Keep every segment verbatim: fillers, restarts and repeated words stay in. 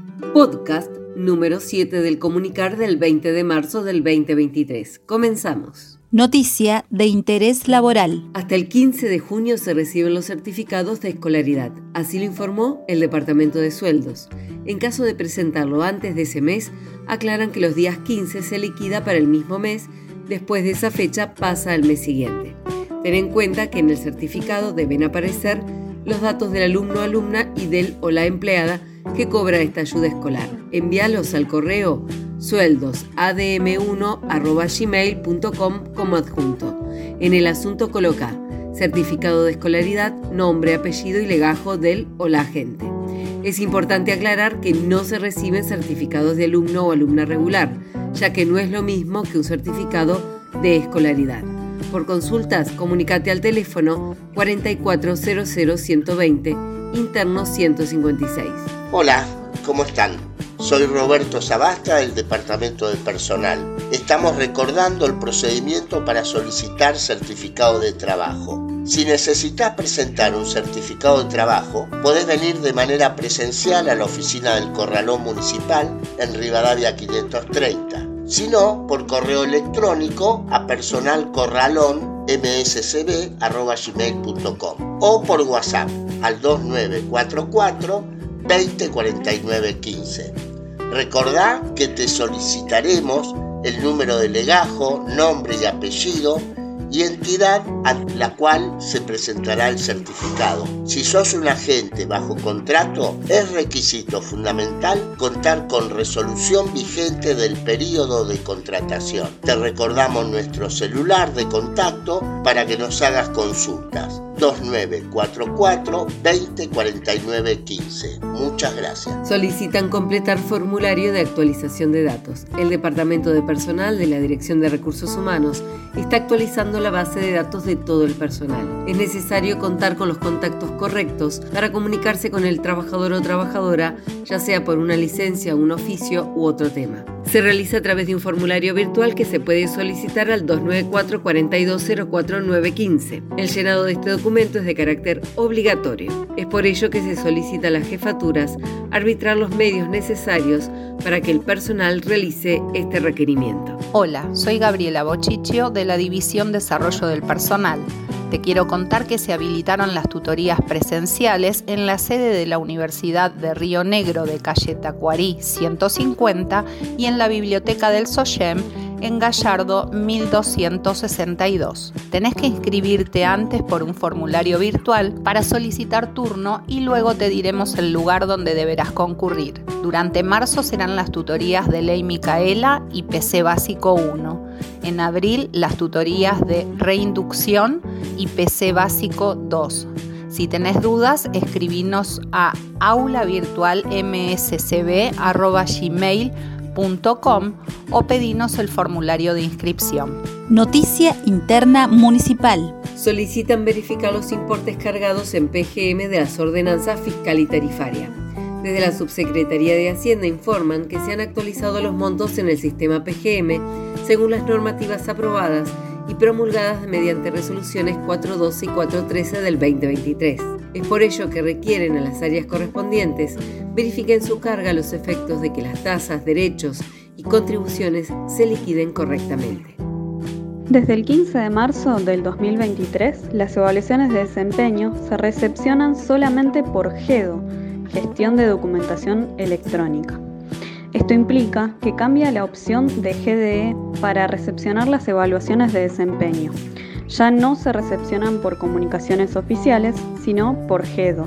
Podcast número siete del comunicar del veinte de marzo del veinte veintitrés. Comenzamos. Noticia de interés laboral. Hasta el quince de junio se reciben los certificados de escolaridad. Así lo informó el Departamento de Sueldos. En caso de presentarlo antes de ese mes, aclaran que los días quince se liquida para el mismo mes. Después de esa fecha pasa al mes siguiente. Ten en cuenta que en el certificado deben aparecer los datos del alumno o alumna y del o la empleada que cobra esta ayuda escolar. Envíalos al correo sueldos a d m uno arroba gmail punto com como adjunto. En el asunto coloca certificado de escolaridad, nombre, apellido y legajo del o la agente. Es importante aclarar que no se reciben certificados de alumno o alumna regular, ya que no es lo mismo que un certificado de escolaridad. Por consultas, comunícate al teléfono cuatro cuatro cero cero uno dos cero, interno ciento cincuenta y seis. Hola, ¿cómo están? Soy Roberto Sabasta del Departamento de Personal. Estamos recordando el procedimiento para solicitar certificado de trabajo. Si necesitas presentar un certificado de trabajo, podés venir de manera presencial a la oficina del Corralón Municipal en Rivadavia quinientos treinta. Si no, por correo electrónico a personalcorralón m s c b arroba gmail punto com o por WhatsApp al dos nueve cuatro cuatro veinte cuarenta y nueve quince. Recordá que te solicitaremos el número de legajo, nombre y apellido y entidad ante la cual se presentará el certificado. Si sos un agente bajo contrato, es requisito fundamental contar con resolución vigente del período de contratación. Te recordamos nuestro celular de contacto para que nos hagas consultas. dos nueve cuatro cuatro veinte cuarenta y nueve quince. Muchas gracias. Solicitan completar formulario de actualización de datos. El Departamento de Personal de la Dirección de Recursos Humanos está actualizando la base de datos de todo el personal. Es necesario contar con los contactos correctos para comunicarse con el trabajador o trabajadora, ya sea por una licencia, un oficio u otro tema. Se realiza a través de un formulario virtual que se puede solicitar al dos nueve cuatro cuatro dos cero cuatro nueve uno cinco. El llenado de este documento es de carácter obligatorio. Es por ello que se solicita a las jefaturas arbitrar los medios necesarios para que el personal realice este requerimiento. Hola, soy Gabriela Bochichio de la División Desarrollo del Personal. Te quiero contar que se habilitaron las tutorías presenciales en la sede de la Universidad de Río Negro de calle Tacuarí ciento cincuenta y en la Biblioteca del SOYEM en Gallardo mil doscientos sesenta y dos. Tenés que inscribirte antes por un formulario virtual para solicitar turno y luego te diremos el lugar donde deberás concurrir. Durante marzo serán las tutorías de Ley Micaela y P C Básico uno. En abril las tutorías de Reinducción y P C Básico dos. Si tenés dudas, escribinos a aula virtual m s c b arroba gmail punto com o pedinos el formulario de inscripción. Noticia interna municipal. Solicitan verificar los importes cargados en P G M de las ordenanzas fiscal y tarifaria. Desde la Subsecretaría de Hacienda informan que se han actualizado los montos en el sistema P G M según las normativas aprobadas y promulgadas mediante resoluciones cuatro doce y cuatro trece del veinte veintitrés. Es por ello que requieren a las áreas correspondientes verifiquen su carga a los efectos de que las tasas, derechos y contribuciones se liquiden correctamente. Desde el quince de marzo del dos mil veintitrés, las evaluaciones de desempeño se recepcionan solamente por GEDO, Gestión de Documentación Electrónica. Esto implica que cambia la opción de G D E para recepcionar las evaluaciones de desempeño. Ya no se recepcionan por comunicaciones oficiales, sino por GEDO.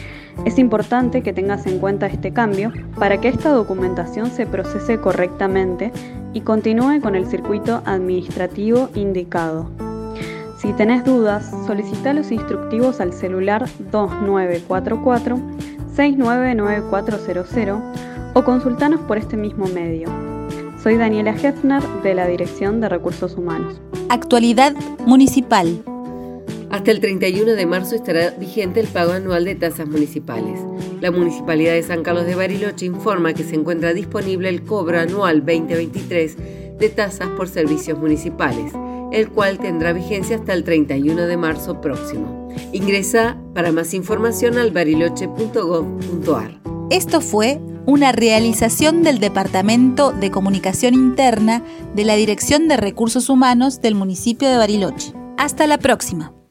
Es importante que tengas en cuenta este cambio para que esta documentación se procese correctamente y continúe con el circuito administrativo indicado. Si tenés dudas, solicita los instructivos al celular dos nueve cuatro cuatro seis nueve nueve cuatro cero cero o consultanos por este mismo medio. Soy Daniela Hefner de la Dirección de Recursos Humanos. Actualidad municipal. Hasta el treinta y uno de marzo estará vigente el pago anual de tasas municipales. La Municipalidad de San Carlos de Bariloche informa que se encuentra disponible el cobro anual veinte veintitrés de tasas por servicios municipales, el cual tendrá vigencia hasta el treinta y uno de marzo próximo. Ingresa para más información al bariloche punto gov punto ar. Esto fue una realización del Departamento de Comunicación Interna de la Dirección de Recursos Humanos del municipio de Bariloche. Hasta la próxima.